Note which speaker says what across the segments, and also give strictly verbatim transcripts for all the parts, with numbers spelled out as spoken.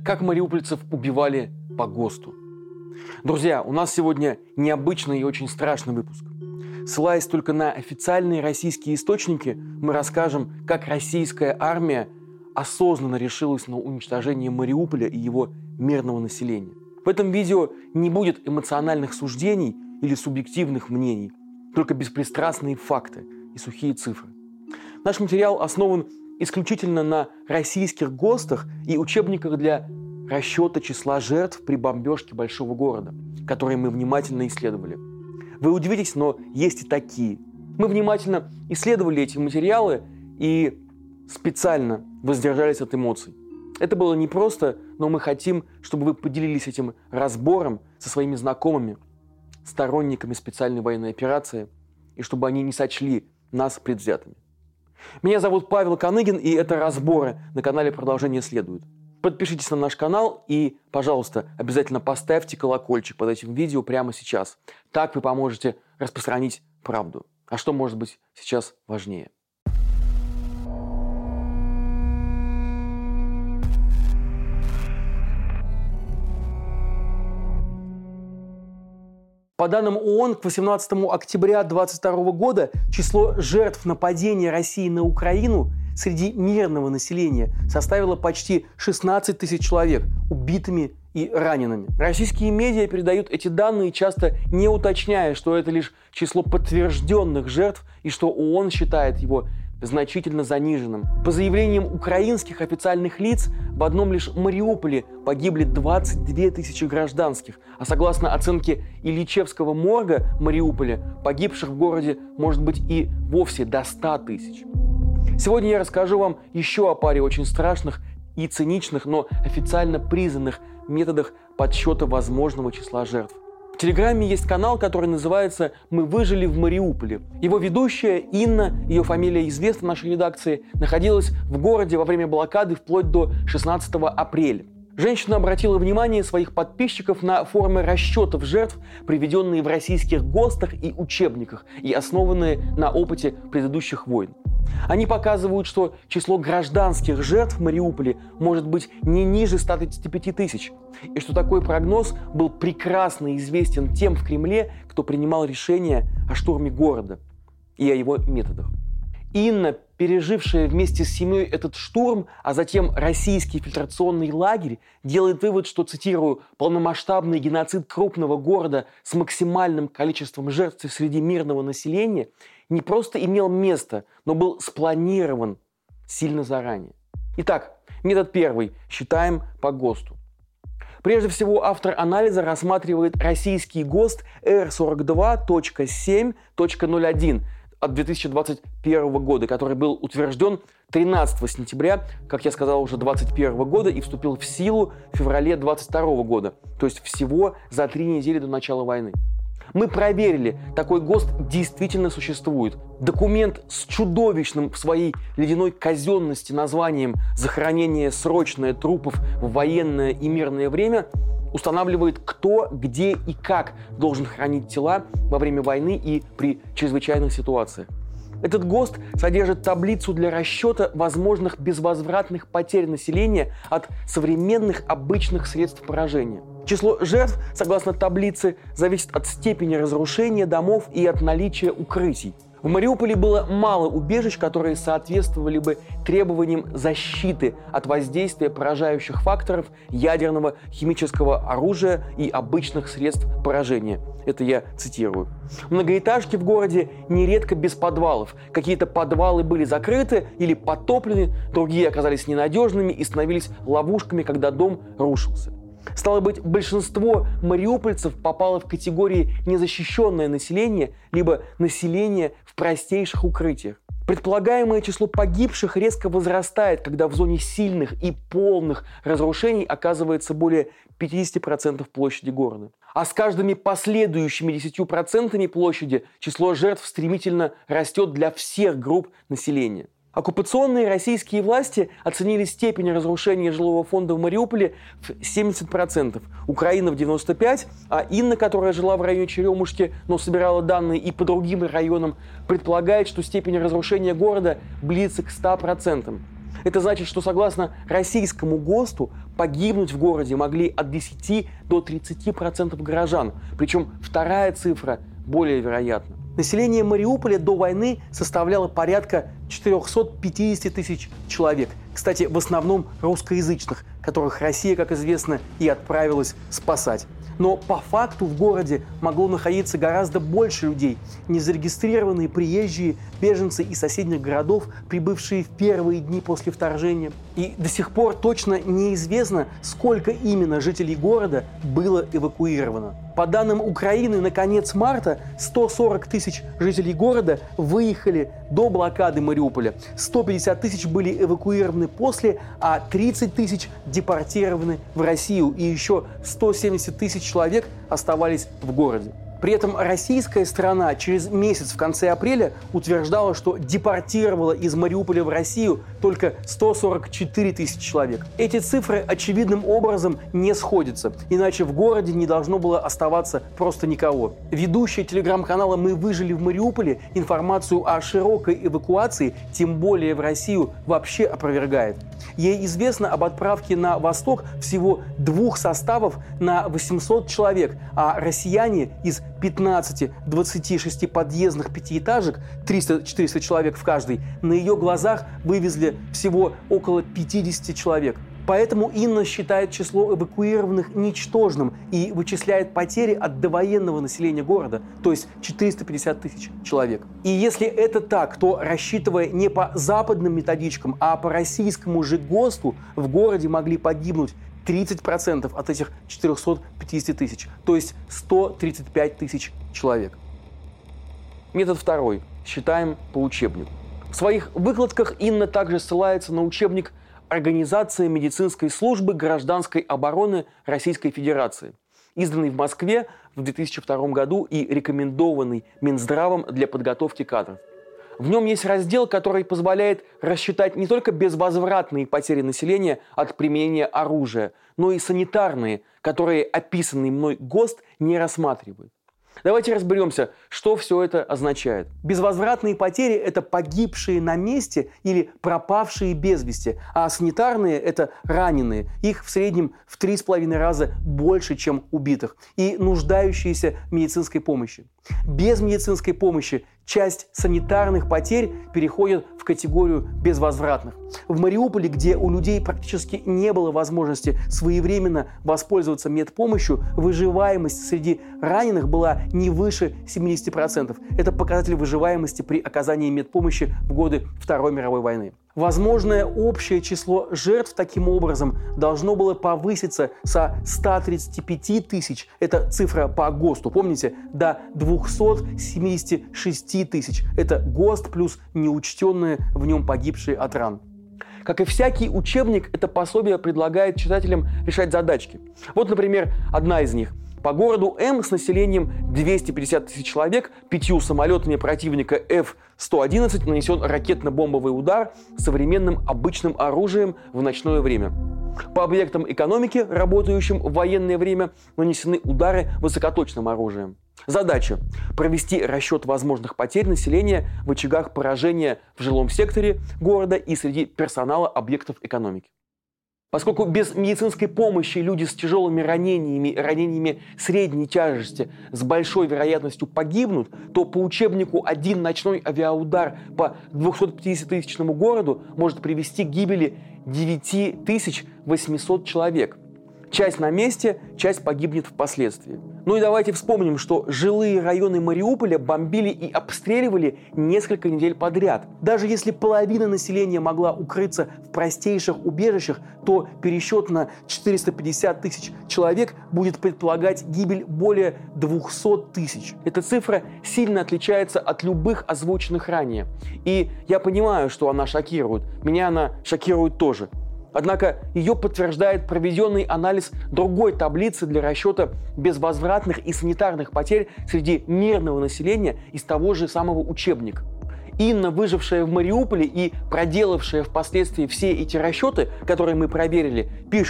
Speaker 1: Как мариупольцев убивали по ГОСТу. Друзья, у нас сегодня необычный и очень страшный выпуск. Ссылаясь только на официальные российские источники, мы расскажем, как российская армия осознанно решилась на уничтожение Мариуполя и его мирного населения. В этом видео не будет эмоциональных суждений или субъективных мнений, только беспристрастные факты и сухие цифры. Наш материал основан исключительно на российских ГОСТах и учебниках для расчета числа жертв при бомбежке большого города, которые мы внимательно исследовали. Вы удивитесь, но есть и такие. Мы внимательно исследовали эти материалы и специально воздержались от эмоций. Это было непросто, но мы хотим, чтобы вы поделились этим разбором со своими знакомыми, сторонниками специальной военной операции, и чтобы они не сочли нас предвзятыми. Меня зовут Павел Коныгин, и это «Разборы». На канале продолжение следует. Подпишитесь на наш канал и, пожалуйста, обязательно поставьте колокольчик под этим видео прямо сейчас. Так вы поможете распространить правду. А что может быть сейчас важнее? По данным ООН, к восемнадцатому октября две тысячи двадцать второго года число жертв нападения России на Украину среди мирного населения составило почти шестнадцать тысяч человек убитыми и ранеными. Российские медиа передают эти данные, часто не уточняя, что это лишь число подтвержденных жертв и что ООН считает его значительно заниженным. По заявлениям украинских официальных лиц, в одном лишь Мариуполе погибли двадцать две тысячи гражданских, а согласно оценке Ильичевского морга Мариуполя, погибших в городе может быть и вовсе до ста тысяч. Сегодня я расскажу вам еще о паре очень страшных и циничных, но официально признанных методах подсчета возможного числа жертв. В Телеграме есть канал, который называется «Мы выжили в Мариуполе». Его ведущая Инна, ее фамилия известна нашей редакции, находилась в городе во время блокады вплоть до шестнадцатого апреля. Женщина обратила внимание своих подписчиков на формы расчетов жертв, приведенные в российских ГОСТах и учебниках и основанные на опыте предыдущих войн. Они показывают, что число гражданских жертв в Мариуполе может быть не ниже ста тридцати пяти тысяч, и что такой прогноз был прекрасно известен тем в Кремле, кто принимал решения о штурме города и о его методах. Инна, пережившая вместе с семьей этот штурм, а затем российский фильтрационный лагерь, делает вывод, что, цитирую, «полномасштабный геноцид крупного города с максимальным количеством жертв среди мирного населения не просто имел место, но был спланирован сильно заранее». Итак, метод первый. Считаем по ГОСТу. Прежде всего, автор анализа рассматривает российский ГОСТ эр сорок два точка семь точка ноль один от две тысячи двадцать первого года, который был утвержден тринадцатого сентября, как я сказал, уже двадцать первого года и вступил в силу в феврале двадцать второго года, то есть всего за три недели до начала войны. Мы проверили, такой ГОСТ действительно существует. Документ с чудовищным в своей ледяной казенности названием «Захоронение срочное трупов в военное и мирное время» устанавливает, кто, где и как должен хранить тела во время войны и при чрезвычайных ситуациях. Этот ГОСТ содержит таблицу для расчета возможных безвозвратных потерь населения от современных обычных средств поражения. Число жертв, согласно таблице, зависит от степени разрушения домов и от наличия укрытий. В Мариуполе было мало убежищ, которые соответствовали бы требованиям защиты от воздействия поражающих факторов ядерного, химического оружия и обычных средств поражения. Это я цитирую. Многоэтажки в городе нередко без подвалов. Какие-то подвалы были закрыты или потоплены, другие оказались ненадежными и становились ловушками, когда дом рушился. Стало быть, большинство мариупольцев попало в категории незащищенное население, либо население в простейших укрытиях. Предполагаемое число погибших резко возрастает, когда в зоне сильных и полных разрушений оказывается более пятидесяти процентов площади города. А с каждыми последующими десятью процентами площади число жертв стремительно растет для всех групп населения. Оккупационные российские власти оценили степень разрушения жилого фонда в Мариуполе в семьдесят процентов, Украина в девяносто пять процентов, а Инна, которая жила в районе Черемушки, но собирала данные и по другим районам, предполагает, что степень разрушения города близится к ста процентам. Это значит, что согласно российскому ГОСТу погибнуть в городе могли от десяти до тридцати процентов горожан. Причем вторая цифра более вероятна. Население Мариуполя до войны составляло порядка четырехсот пятидесяти тысяч человек. Кстати, в основном русскоязычных, которых Россия, как известно, и отправилась спасать. Но по факту в городе могло находиться гораздо больше людей, незарегистрированные приезжие, беженцы из соседних городов, прибывшие в первые дни после вторжения. И до сих пор точно неизвестно, сколько именно жителей города было эвакуировано. По данным Украины, на конец марта сто сорок тысяч жителей города выехали до блокады Мариуполя. сто пятьдесят тысяч были эвакуированы после, а тридцать тысяч депортированы в Россию. И еще сто семьдесят тысяч человек оставались в городе. При этом российская сторона через месяц в конце апреля утверждала, что депортировала из Мариуполя в Россию только сто сорок четыре тысячи человек. Эти цифры очевидным образом не сходятся, иначе в городе не должно было оставаться просто никого. Ведущая телеграм-канала «Мы выжили в Мариуполе» информацию о широкой эвакуации, тем более в Россию, вообще опровергает. Ей известно об отправке на восток всего двух составов на восемьсот человек, а россияне из пятнадцати-двадцати шести подъездных пятиэтажек, триста-четыреста человек в каждой, на ее глазах вывезли всего около пятидесяти человек. Поэтому Инна считает число эвакуированных ничтожным и вычисляет потери от довоенного населения города, то есть четыреста пятьдесят тысяч человек. И если это так, то, рассчитывая не по западным методичкам, а по российскому же ГОСТу, в городе могли погибнуть тридцать процентов от этих четырехсот пятидесяти тысяч, то есть сто тридцать пять тысяч человек. Метод второй. Считаем по учебнику. В своих выкладках Инна также ссылается на учебник Организации медицинской службы гражданской обороны Российской Федерации, изданный в Москве в две тысячи втором году и рекомендованный Минздравом для подготовки кадров. В нем есть раздел, который позволяет рассчитать не только безвозвратные потери населения от применения оружия, но и санитарные, которые описанный мной ГОСТ не рассматривает. Давайте разберемся, что все это означает. Безвозвратные потери – это погибшие на месте или пропавшие без вести, а санитарные – это раненые. Их в среднем в три с половиной раза больше, чем убитых, и нуждающиеся в медицинской помощи. Без медицинской помощи часть санитарных потерь переходит в категорию безвозвратных. В Мариуполе, где у людей практически не было возможности своевременно воспользоваться медпомощью, выживаемость среди раненых была не выше семидесяти процентов. Это показатель выживаемости при оказании медпомощи в годы Второй мировой войны. Возможное общее число жертв таким образом должно было повыситься со ста тридцати пяти тысяч, это цифра по ГОСТу, помните, до двухсот семидесяти шести тысяч. Это ГОСТ плюс неучтенные в нем погибшие от ран. Как и всякий учебник, это пособие предлагает читателям решать задачки. Вот, например, одна из них. По городу М с населением двести пятьдесят тысяч человек пятью самолетами противника эф сто одиннадцать нанесен ракетно-бомбовый удар современным обычным оружием в ночное время. По объектам экономики, работающим в военное время, нанесены удары высокоточным оружием. Задача – провести расчет возможных потерь населения в очагах поражения в жилом секторе города и среди персонала объектов экономики. Поскольку без медицинской помощи люди с тяжелыми ранениями и ранениями средней тяжести с большой вероятностью погибнут, то по учебнику один ночной авиаудар по двухсотпятидесятитысячному городу может привести к гибели девяти тысяч восьмисот человек. Часть на месте, часть погибнет впоследствии. Ну и давайте вспомним, что жилые районы Мариуполя бомбили и обстреливали несколько недель подряд. Даже если половина населения могла укрыться в простейших убежищах, то пересчет на четыреста пятьдесят тысяч человек будет предполагать гибель более двухсот тысяч. Эта цифра сильно отличается от любых озвученных ранее. И я понимаю, что она шокирует. Меня она шокирует тоже. Однако ее подтверждает проведенный анализ другой таблицы для расчета безвозвратных и санитарных потерь среди мирного населения из того же самого учебника. Инна, выжившая в Мариуполе и проделавшая впоследствии все эти расчеты, которые мы проверили, пишет: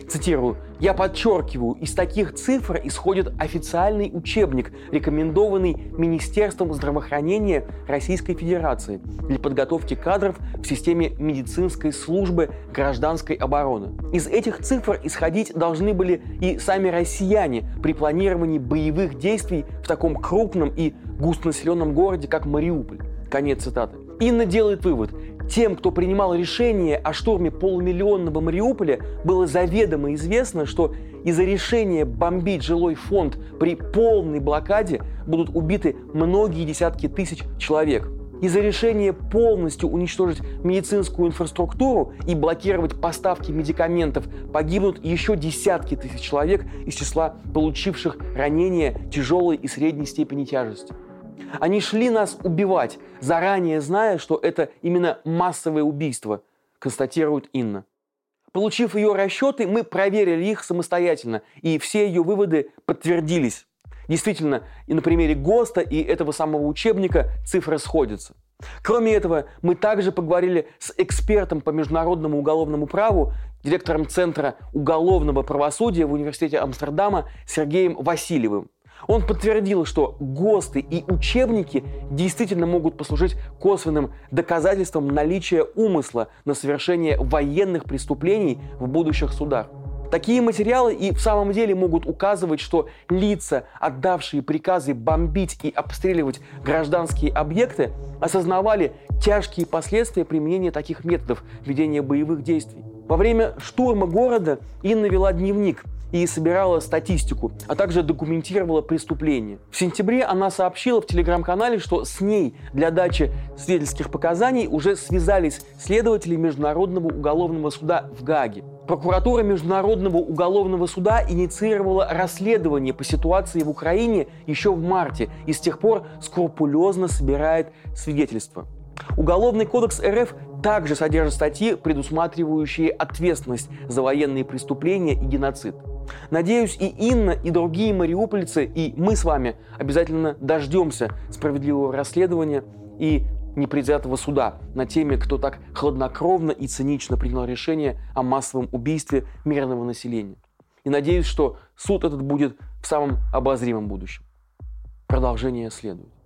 Speaker 1: Цитирую: «Я подчеркиваю, из таких цифр исходит официальный учебник, рекомендованный Министерством здравоохранения Российской Федерации для подготовки кадров в системе медицинской службы гражданской обороны. Из этих цифр исходить должны были и сами россияне при планировании боевых действий в таком крупном и густонаселенном городе, как Мариуполь». Конец цитаты. Инна делает вывод: тем, кто принимал решение о штурме полумиллионного Мариуполя, было заведомо известно, что из-за решения бомбить жилой фонд при полной блокаде будут убиты многие десятки тысяч человек. Из-за решения полностью уничтожить медицинскую инфраструктуру и блокировать поставки медикаментов погибнут еще десятки тысяч человек из числа получивших ранения тяжелой и средней степени тяжести. Они шли нас убивать, заранее зная, что это именно массовое убийство, констатирует Инна. Получив ее расчеты, мы проверили их самостоятельно, и все ее выводы подтвердились. Действительно, и на примере ГОСТа и этого самого учебника цифры сходятся. Кроме этого, мы также поговорили с экспертом по международному уголовному праву, директором Центра уголовного правосудия в Университете Амстердама Сергеем Васильевым. Он подтвердил, что ГОСТы и учебники действительно могут послужить косвенным доказательством наличия умысла на совершение военных преступлений в будущих судах. Такие материалы и в самом деле могут указывать, что лица, отдавшие приказы бомбить и обстреливать гражданские объекты, осознавали тяжкие последствия применения таких методов ведения боевых действий. Во время штурма города Инна вела дневник и собирала статистику, а также документировала преступления. В сентябре она сообщила в телеграм-канале, что с ней для дачи свидетельских показаний уже связались следователи Международного уголовного суда в Гааге. Прокуратура Международного уголовного суда инициировала расследование по ситуации в Украине еще в марте и с тех пор скрупулезно собирает свидетельства. Уголовный кодекс РФ также содержит статьи, предусматривающие ответственность за военные преступления и геноцид. Надеюсь, и Инна, и другие мариупольцы, и мы с вами обязательно дождемся справедливого расследования и непредвзятого суда на теме, кто так хладнокровно и цинично принял решение о массовом убийстве мирного населения. И надеюсь, что суд этот будет в самом обозримом будущем. Продолжение следует.